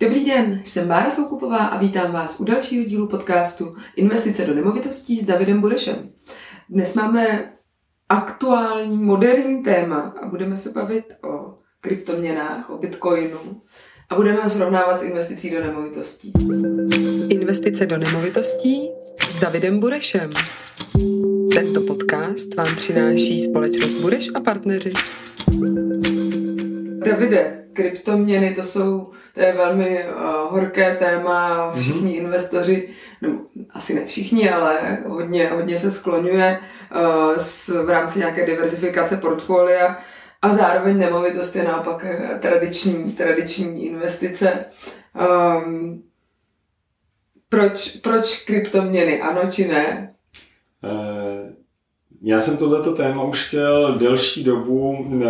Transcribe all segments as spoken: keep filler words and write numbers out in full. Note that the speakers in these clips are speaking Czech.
Dobrý den, jsem Bára Soukupová a vítám vás u dalšího dílu podcastu Investice do nemovitostí s Davidem Burešem. Dnes máme aktuální, moderní téma a budeme se bavit o kryptoměnách, o bitcoinu a budeme ho srovnávat s investicí do nemovitostí. Investice do nemovitostí s Davidem Burešem. Tento podcast vám přináší společnost Bureš a partneři. Davide, kryptoměny, to jsou, to je velmi uh, horké téma, všichni mm-hmm. investoři, no, asi ne všichni, ale hodně, hodně se skloňuje uh, s, v rámci nějaké diverzifikace portfolia a zároveň nemovitost je naopak tradiční, tradiční investice. Um, proč, proč kryptoměny, ano či ne? Uh, já jsem tohleto téma už chtěl delší dobu uh...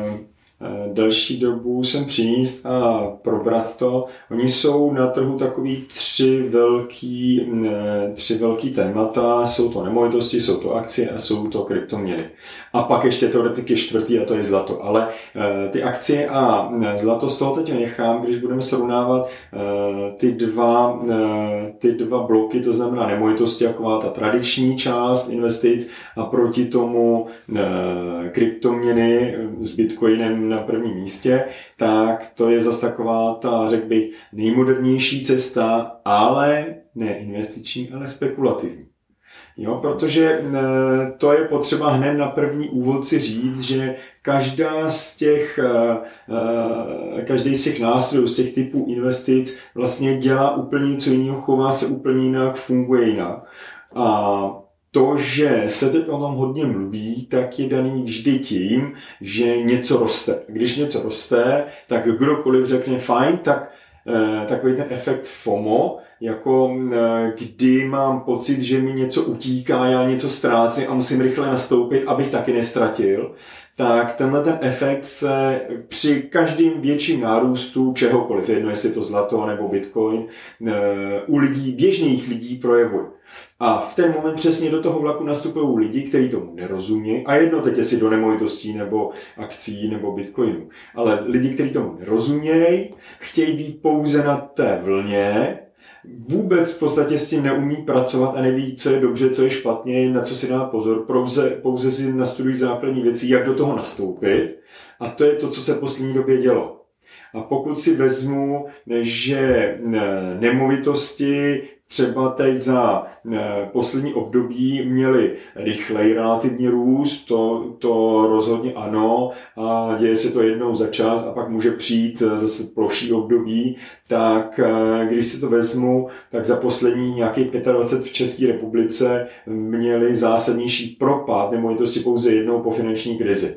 Další dobu jsem přinést a probrat to. Oni jsou na trhu takový tři velký, tři velký témata. Jsou to nemovitosti, jsou to akcie a jsou to kryptoměny. A pak ještě teoreticky čtvrtý a to je zlato. Ale ty akcie a zlato z toho teď nechám, když budeme srovnávat ty dva, ty dva bloky, to znamená nemovitosti, taková ta tradiční část investic a proti tomu kryptoměny s bitcoinem na prvním místě, tak to je zase taková ta, řekl bych, nejmodernější cesta, ale ne investiční, ale spekulativní. Jo, protože to je potřeba hned na první úvod si říct, že každá z těch, každý z těch nástrojů, z těch typů investic vlastně dělá úplně něco jiného, chová se úplně jinak, funguje jinak. A to, že se teď o tom hodně mluví, tak je daný vždy tím, že něco roste. Když něco roste, tak kdokoliv řekne fajn, tak takový ten efekt FOMO, jako kdy mám pocit, že mi něco utíká, já něco ztrácím a musím rychle nastoupit, abych taky nestratil, tak tenhle ten efekt se při každém větším nárůstu čehokoliv, jedno jestli to zlato nebo bitcoin, u lidí, běžných lidí projevuje. A v ten moment přesně do toho vlaku nastupují lidi, kteří tomu nerozumí. A jedno teď jestli do nemovitostí, nebo akcí, nebo bitcoinu. Ale lidi, kteří tomu nerozumějí, chtějí být pouze na té vlně, vůbec v podstatě s tím neumí pracovat a neví, co je dobře, co je špatně, na co si dá pozor. Pouze, pouze si nastudují základní věci, jak do toho nastoupit. A to je to, co se v poslední době dělo. A pokud si vezmu, že nemovitosti třeba teď za poslední období měli rychlej relativní růst, to, to rozhodně ano, a děje se to jednou za čas a pak může přijít zase ploší období, tak když si to vezmu, tak za poslední nějaký dvacet pět v České republice měli zásadnější propad nemovitosti pouze jednou po finanční krizi.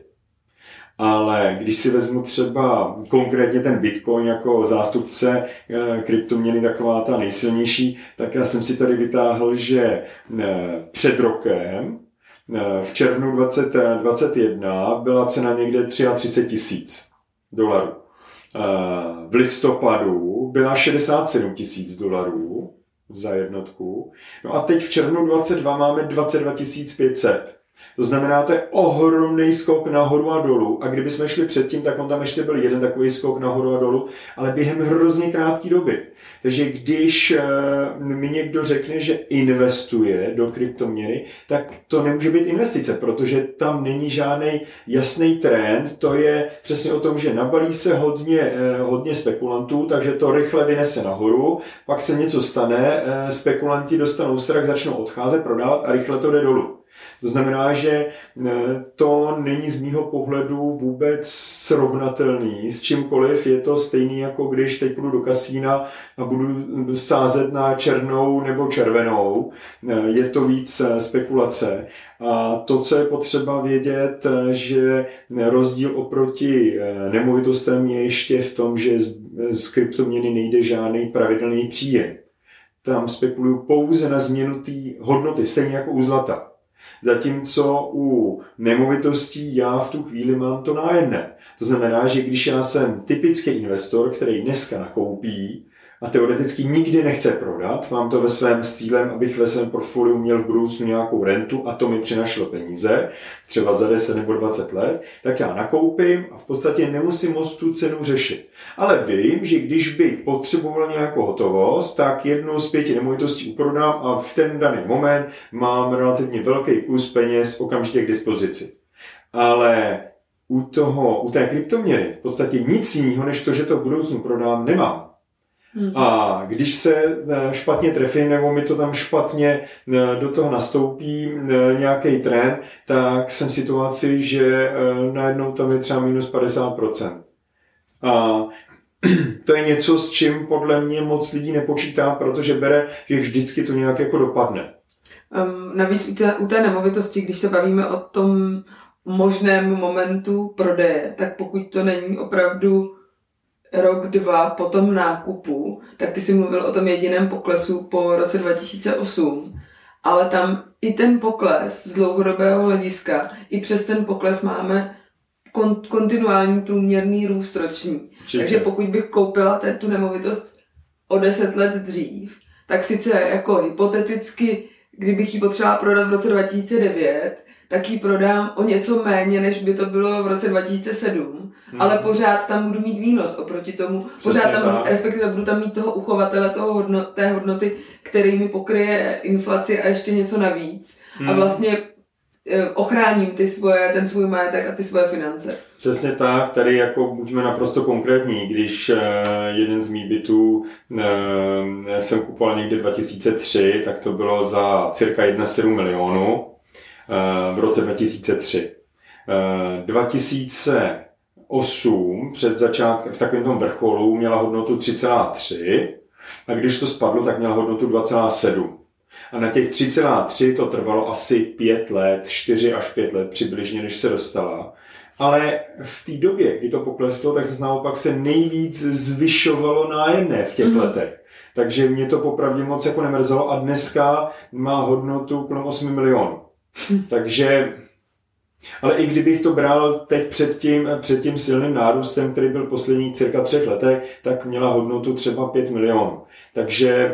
Ale když si vezmu třeba konkrétně ten Bitcoin jako zástupce kryptoměny, taková ta nejsilnější, tak já jsem si tady vytáhl, že před rokem, v červnu dvacet dvacet jedna, byla cena někde třicet tři tisíc dolarů. V listopadu byla šedesát sedm tisíc dolarů za jednotku. No a teď v červnu dvacet dva máme dvacet dva tisíc pět set. To znamená, to je ohromný skok nahoru a dolů. A kdybychom šli předtím, tak on tam ještě byl jeden takový skok nahoru a dolů, ale během hrozně krátké doby. Takže když mi někdo řekne, že investuje do kryptoměny, tak to nemůže být investice, protože tam není žádný jasný trend. To je přesně o tom, že nabalí se hodně, hodně spekulantů, takže to rychle vynese nahoru, pak se něco stane, spekulanti dostanou strach, začnou odcházet, prodávat a rychle to jde dolů. To znamená, že to není z mýho pohledu vůbec srovnatelný s čímkoliv. Je to stejný, jako když teď půjdu do kasína a budu sázet na černou nebo červenou. Je to víc spekulace. A to, co je potřeba vědět, že rozdíl oproti nemovitostem je ještě v tom, že z kryptoměny nejde žádný pravidelný příjem. Tam spekuluju pouze na změnu té hodnoty, stejně jako u zlata. Zatímco u nemovitostí já v tu chvíli mám to nájemné. To znamená, že když já jsem typický investor, který dneska nakoupí a teoreticky nikdy nechce prodat, mám to ve svém cílem, abych ve svém portfoliu měl v budoucnu nějakou rentu a to mi přinašlo peníze, třeba za deset nebo dvacet let, tak já nakoupím a v podstatě nemusím moc tu cenu řešit. Ale vím, že když bych potřeboval nějakou hotovost, tak jednu z pěti nemovitostí uprodám a v ten daný moment mám relativně velký kus peněz okamžitě k dispozici. Ale u, toho, u té kryptoměny v podstatě nic jiného, než to, že to v budoucnu prodám, nemám. Hmm. A když se špatně trefím, nebo mi to tam špatně do toho nastoupí nějaký trend, tak jsem v situaci, že najednou tam je třeba minus padesát procent. A to je něco, s čím podle mě moc lidí nepočítá, protože bere, že vždycky to nějak jako dopadne. Um, navíc u té, u té nemovitosti, když se bavíme o tom možném momentu prodeje, tak pokud to není opravdu rok, dva po tom nákupu, tak ty jsi mluvil o tom jediném poklesu po roce dva tisíce osm, ale tam i ten pokles z dlouhodobého hlediska, i přes ten pokles máme kont- kontinuální průměrný růst roční. Určitě. Takže pokud bych koupila té, tu nemovitost o deset let dřív, tak sice jako hypoteticky, kdybych ji potřebovala prodat v roce dva tisíce devět, tak ji prodám o něco méně, než by to bylo v roce dva tisíce sedm, hmm. ale pořád tam budu mít výnos oproti tomu. Přesně pořád tam, tak. respektive budu tam mít toho uchovatele toho hodno, té hodnoty, který mi pokryje inflaci a ještě něco navíc. Hmm. A vlastně e, ochráním ty svoje, ten svůj majetek a ty svoje finance. Přesně tak, tady jako buďme naprosto konkrétní, když e, jeden z mých bytů e, jsem kupoval někde dva tisíce tři, tak to bylo za cirka jedna celá sedm milionu. V roce dva tisíce tři. dva tisíce osm před začátkem, v takovém tom vrcholu, měla hodnotu tři celá tři a když to spadlo, tak měla hodnotu dva celá sedm. A na těch tři celá tři to trvalo asi pět let, čtyři až pět let přibližně, než se dostala. Ale v té době, kdy to pokleslo, tak se naopak se nejvíc zvyšovalo nájemné v těch mm. letech. Takže mě to popravdě moc jako nemrzelo a dneska má hodnotu kolem osm milionů. Takže, ale i kdybych to bral teď před tím, před tím silným nárůstem, který byl posledních cirka třech letech, tak měla hodnotu třeba pět milionů. Takže e,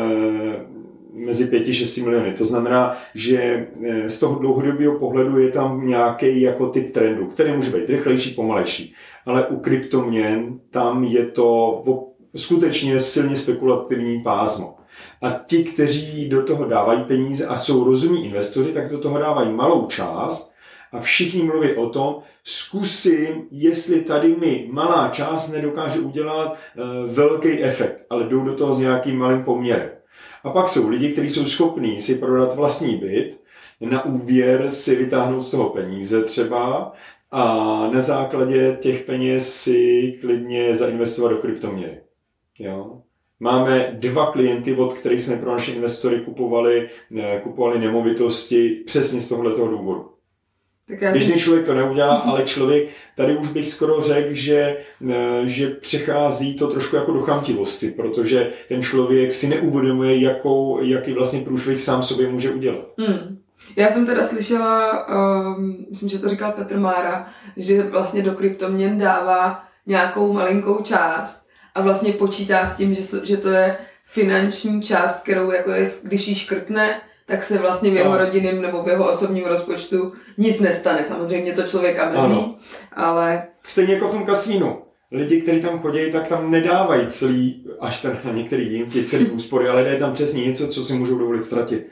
mezi pěti a šesti miliony. To znamená, že z toho dlouhodobého pohledu je tam nějaký jako typ trendu, který může být rychlejší, pomalejší. Ale u kryptoměn tam je to skutečně silně spekulativní pásmo. A ti, kteří do toho dávají peníze a jsou rozumní investoři, tak do toho dávají malou část a všichni mluví o tom, zkusím, jestli tady mi malá část nedokáže udělat e, velký efekt, ale jdou do toho s nějakým malým poměrem. A pak jsou lidi, kteří jsou schopní si prodat vlastní byt, na úvěr si vytáhnout z toho peníze třeba a na základě těch peněz si klidně zainvestovat do kryptoměny. Jo? Máme dva klienty, od kterých jsme pro naše investory kupovali, kupovali nemovitosti přesně z tohoto důvodu. Běžný jsem... člověk to neudělá, ale člověk, tady už bych skoro řekl, že, že přechází to trošku jako do chamtivosti, protože ten člověk si neuvědomuje, jakou, jaký vlastně průšvih sám sobě může udělat. Hmm. Já jsem teda slyšela, um, myslím, že to říkal Petr Mára, že vlastně do kryptoměn dává nějakou malinkou část a vlastně počítá s tím, že, že to je finanční část, kterou jako je, když ji škrtne, tak se vlastně v jeho no. rodinném nebo v jeho osobním rozpočtu nic nestane. Samozřejmě to člověka mrzí, ano. ale... Stejně jako v tom kasínu. Lidi, kteří tam chodí, tak tam nedávají celý, až ten na některý výjimky, celý úspory, ale dají tam přesně něco, co si můžou dovolit ztratit.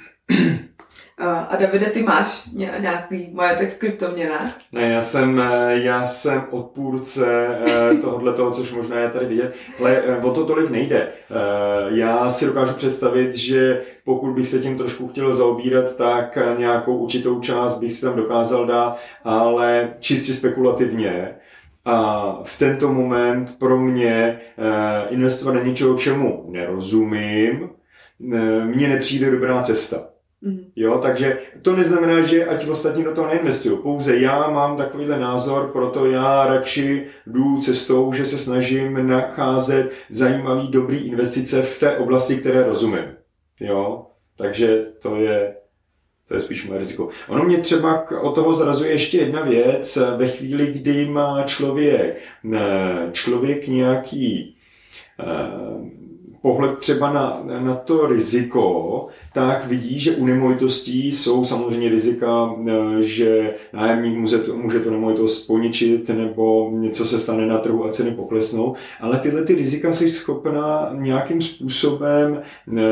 A Davide, ty máš nějaký majetek v kryptoměnách? Ne, já jsem, já jsem odpůrce tohohle toho, což možná je tady vidět, ale o to tolik nejde. Já si dokážu představit, že pokud bych se tím trošku chtěl zaobírat, tak nějakou určitou část bych si tam dokázal dát, ale čistě spekulativně. A v tento moment pro mě investovat na něčeho, čemu nerozumím, mně nepřijde dobrá cesta. Mm. Jo, takže to neznamená, že ať ostatní do toho neinvestují. Pouze já mám takovýhle názor, proto já radši jdu cestou, že se snažím nacházet zajímavý, dobrý investice v té oblasti, které rozumím. Jo, takže to je, to je spíš moje riziko. Ono mě třeba od toho zrazuje ještě jedna věc. Ve chvíli, kdy má člověk, člověk nějaký pohled třeba na, na to riziko, tak vidí, že u nemovitostí jsou samozřejmě rizika, že nájemník může to, může to nemovitost poničit nebo něco se stane na trhu a ceny poklesnou, ale tyhle ty rizika jsi schopna nějakým způsobem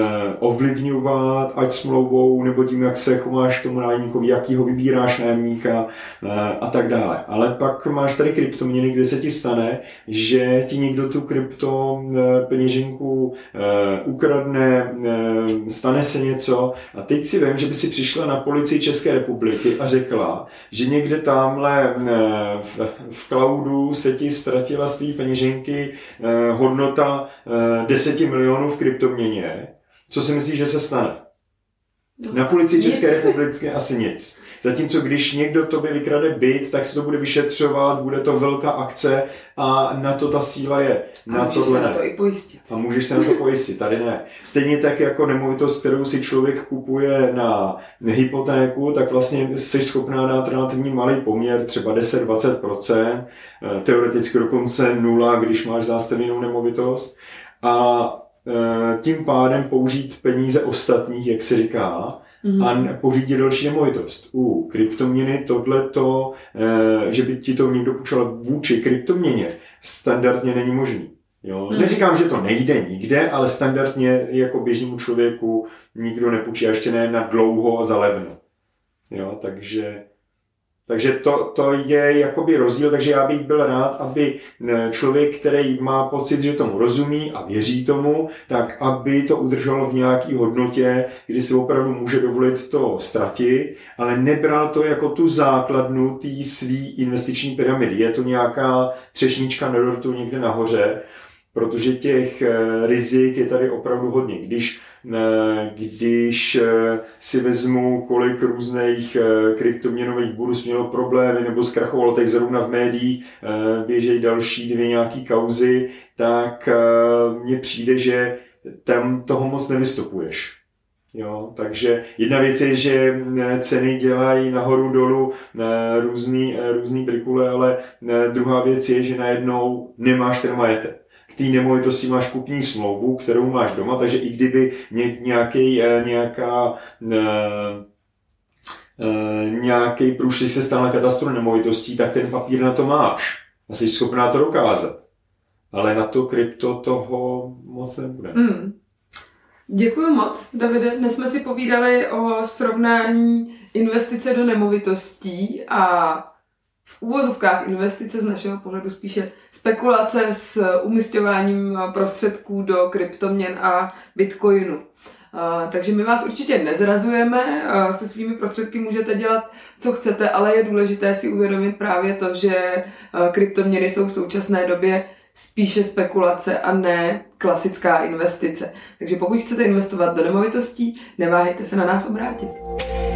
ovlivňovat, ať smlouvou nebo tím, jak se chováš k tomu nájemníkovi, jaký ho vybíráš nájemníka a tak dále. Ale pak máš tady kryptoměny, kde se ti stane, že ti někdo tu krypto peněženku ukradne, stane se něco a teď si vím, že by si přišla na policii České republiky a řekla, že někde tamhle v, v cloudu se ti ztratila z té peněženky hodnota deset milionů v kryptoměně. Co si myslíš, že se stane? No, na policii České republiky asi nic. Zatímco když někdo tobě vykrade byt, tak se to bude vyšetřovat, bude to velká akce a na to ta síla je. Na a můžeš se na to i pojistit. A můžeš se na to pojistit, tady ne. Stejně tak jako nemovitost, kterou si člověk kupuje na hypotéku, tak vlastně jsi schopná dát relativně malý poměr, třeba deset až dvacet procent, teoreticky dokonce nula, když máš zástavněnou nemovitost. A tím pádem použít peníze ostatních, jak se říká, mm-hmm. a pořídit další nemovitost. U kryptoměny tohleto, že by ti to někdo půjčal vůči kryptoměně, standardně není možný. Jo? Mm. Neříkám, že to nejde nikde, ale standardně jako běžnému člověku nikdo nepůjčí, a ještě ne na dlouho a za levno. Jo? Takže Takže to, to je jakoby rozdíl, takže já bych byl rád, aby člověk, který má pocit, že tomu rozumí a věří tomu, tak aby to udržel v nějaký hodnotě, kdy si opravdu může dovolit to ztratit, ale nebral to jako tu základnu té svý investiční pyramidy. Je to nějaká třešnička na dortu někde nahoře, protože těch rizik je tady opravdu hodně. Když Když si vezmu, kolik různých kryptoměnových burz mělo problémy nebo zkrachovalo, teď zrovna v médiích běžejí další dvě nějaký kauzy, tak mně přijde, že tam toho moc nevystupuješ. Jo, takže jedna věc je, že ceny dělají nahoru dolů různý, různý brikule, ale druhá věc je, že najednou nemáš ten majetek. K té nemovitosti máš kupní smlouvu, kterou máš doma, takže i kdyby nějaký, nějaká, nějaký průšvih se stal na katastru nemovitostí, tak ten papír na to máš. A jsi schopná to dokázat. Ale na to krypto toho moc nebude. Mm. Děkuji moc, Davide. Dnes jsme si povídali o srovnání investice do nemovitostí a v úvozovkách investice z našeho pohledu spíše spekulace s umisťováním prostředků do kryptoměn a bitcoinu. Takže my vás určitě nezrazujeme, se svými prostředky můžete dělat, co chcete, ale je důležité si uvědomit právě to, že kryptoměny jsou v současné době spíše spekulace a ne klasická investice. Takže pokud chcete investovat do nemovitostí, neváhejte se na nás obrátit.